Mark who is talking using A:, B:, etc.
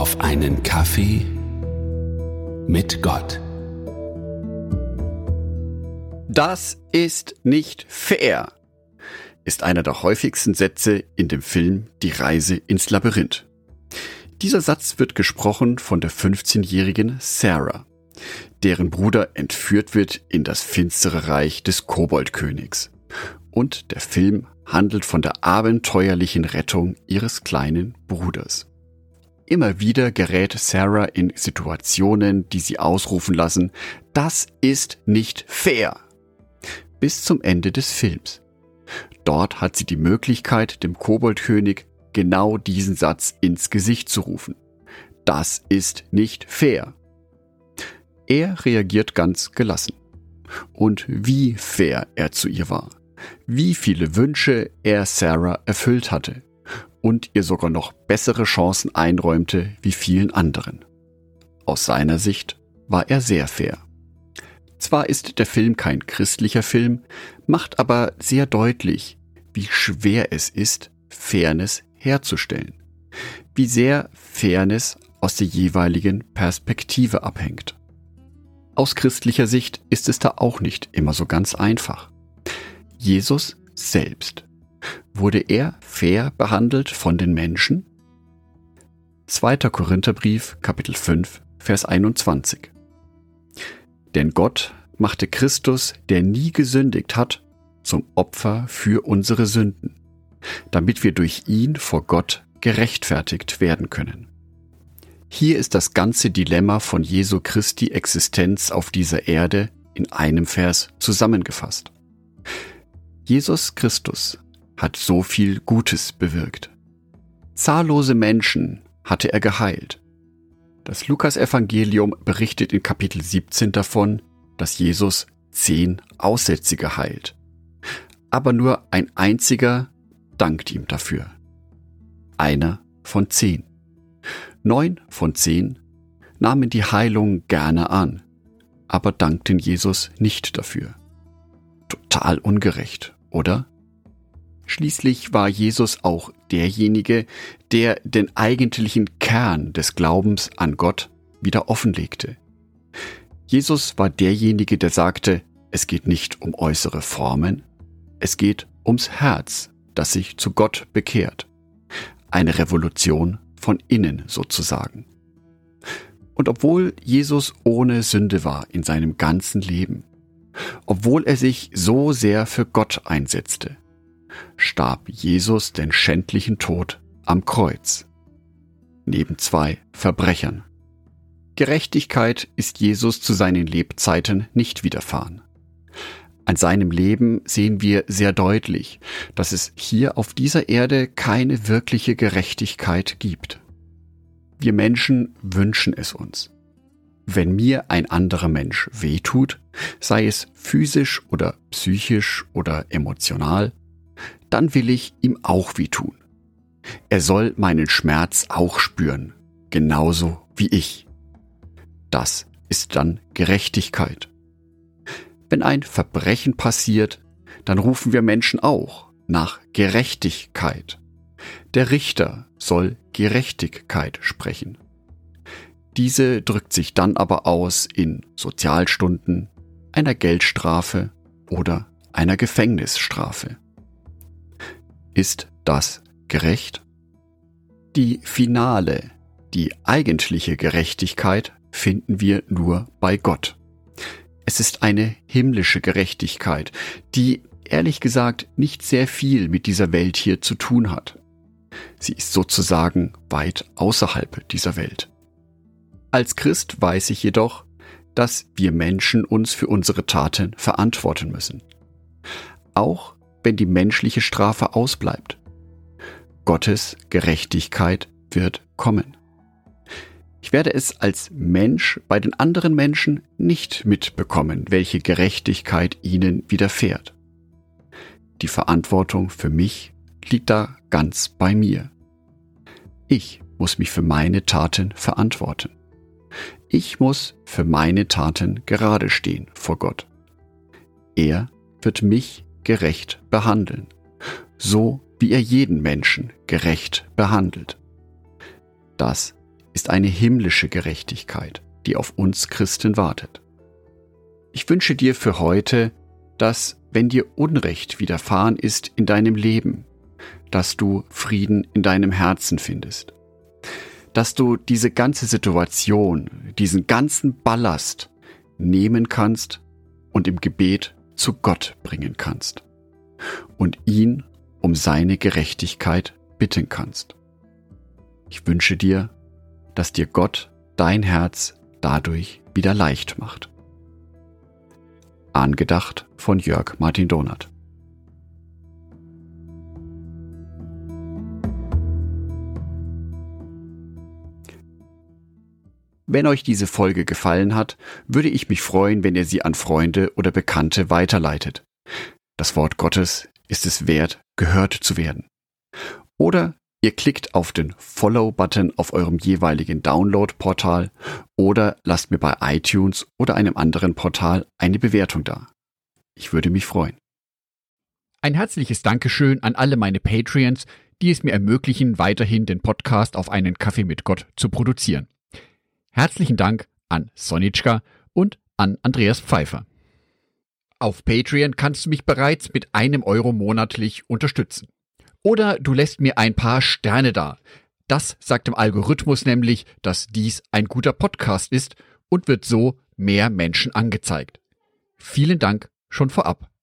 A: Auf einen Kaffee mit Gott.
B: Das ist nicht fair, ist einer der häufigsten Sätze in dem Film Die Reise ins Labyrinth. Dieser Satz wird gesprochen von der 15-jährigen Sarah, deren Bruder entführt wird in das finstere Reich des Koboldkönigs. Und der Film handelt von der abenteuerlichen Rettung ihres kleinen Bruders. Immer wieder gerät Sarah in Situationen, die sie ausrufen lassen, das ist nicht fair. Bis zum Ende des Films. Dort hat sie die Möglichkeit, dem Koboldkönig genau diesen Satz ins Gesicht zu rufen. Das ist nicht fair. Er reagiert ganz gelassen. Und wie fair er zu ihr war. Wie viele Wünsche er Sarah erfüllt hatte. Und ihr sogar noch bessere Chancen einräumte wie vielen anderen. Aus seiner Sicht war er sehr fair. Zwar ist der Film kein christlicher Film, macht aber sehr deutlich, wie schwer es ist, Fairness herzustellen. Wie sehr Fairness aus der jeweiligen Perspektive abhängt. Aus christlicher Sicht ist es da auch nicht immer so ganz einfach. Jesus selbst. Wurde er fair behandelt von den Menschen? 2. Korintherbrief, Kapitel 5, Vers 21. Denn Gott machte Christus, der nie gesündigt hat, zum Opfer für unsere Sünden, damit wir durch ihn vor Gott gerechtfertigt werden können. Hier ist das ganze Dilemma von Jesu Christi Existenz auf dieser Erde in einem Vers zusammengefasst. Jesus Christus hat so viel Gutes bewirkt. Zahllose Menschen hatte er geheilt. Das Lukas-Evangelium berichtet in Kapitel 17 davon, dass Jesus 10 Aussätzige heilt. Aber nur ein einziger dankt ihm dafür. Einer von 10. 9 von 10 nahmen die Heilung gerne an, aber dankten Jesus nicht dafür. Total ungerecht, oder? Schließlich war Jesus auch derjenige, der den eigentlichen Kern des Glaubens an Gott wieder offenlegte. Jesus war derjenige, der sagte, es geht nicht um äußere Formen, es geht ums Herz, das sich zu Gott bekehrt. Eine Revolution von innen sozusagen. Und obwohl Jesus ohne Sünde war in seinem ganzen Leben, obwohl er sich so sehr für Gott einsetzte, starb Jesus den schändlichen Tod am Kreuz, neben 2 Verbrechern. Gerechtigkeit ist Jesus zu seinen Lebzeiten nicht widerfahren. An seinem Leben sehen wir sehr deutlich, dass es hier auf dieser Erde keine wirkliche Gerechtigkeit gibt. Wir Menschen wünschen es uns. Wenn mir ein anderer Mensch wehtut, sei es physisch oder psychisch oder emotional, dann will ich ihm auch wehtun. Er soll meinen Schmerz auch spüren, genauso wie ich. Das ist dann Gerechtigkeit. Wenn ein Verbrechen passiert, dann rufen wir Menschen auch nach Gerechtigkeit. Der Richter soll Gerechtigkeit sprechen. Diese drückt sich dann aber aus in Sozialstunden, einer Geldstrafe oder einer Gefängnisstrafe. Ist das gerecht? Die finale, die eigentliche Gerechtigkeit finden wir nur bei Gott. Es ist eine himmlische Gerechtigkeit, die ehrlich gesagt nicht sehr viel mit dieser Welt hier zu tun hat. Sie ist sozusagen weit außerhalb dieser Welt. Als Christ weiß ich jedoch, dass wir Menschen uns für unsere Taten verantworten müssen. Auch wenn die menschliche Strafe ausbleibt. Gottes Gerechtigkeit wird kommen. Ich werde es als Mensch bei den anderen Menschen nicht mitbekommen, welche Gerechtigkeit ihnen widerfährt. Die Verantwortung für mich liegt da ganz bei mir. Ich muss mich für meine Taten verantworten. Ich muss für meine Taten gerade stehen vor Gott. Er wird mich gerecht behandeln, so wie er jeden Menschen gerecht behandelt. Das ist eine himmlische Gerechtigkeit, die auf uns Christen wartet. Ich wünsche dir für heute, dass, wenn dir Unrecht widerfahren ist in deinem Leben, dass du Frieden in deinem Herzen findest. Dass du diese ganze Situation, diesen ganzen Ballast nehmen kannst und im Gebet zu Gott bringen kannst und ihn um seine Gerechtigkeit bitten kannst. Ich wünsche dir, dass dir Gott dein Herz dadurch wieder leicht macht. Angedacht von Jörg Martin Donath. Wenn euch diese Folge gefallen hat, würde ich mich freuen, wenn ihr sie an Freunde oder Bekannte weiterleitet. Das Wort Gottes ist es wert, gehört zu werden. Oder ihr klickt auf den Follow-Button auf eurem jeweiligen Download-Portal oder lasst mir bei iTunes oder einem anderen Portal eine Bewertung da. Ich würde mich freuen.
C: Ein herzliches Dankeschön an alle meine Patreons, die es mir ermöglichen, weiterhin den Podcast auf einen Kaffee mit Gott zu produzieren. Herzlichen Dank an Sonitschka und an Andreas Pfeiffer. Auf Patreon kannst du mich bereits mit €1 monatlich unterstützen. Oder du lässt mir ein paar Sterne da. Das sagt dem Algorithmus nämlich, dass dies ein guter Podcast ist und wird so mehr Menschen angezeigt. Vielen Dank schon vorab.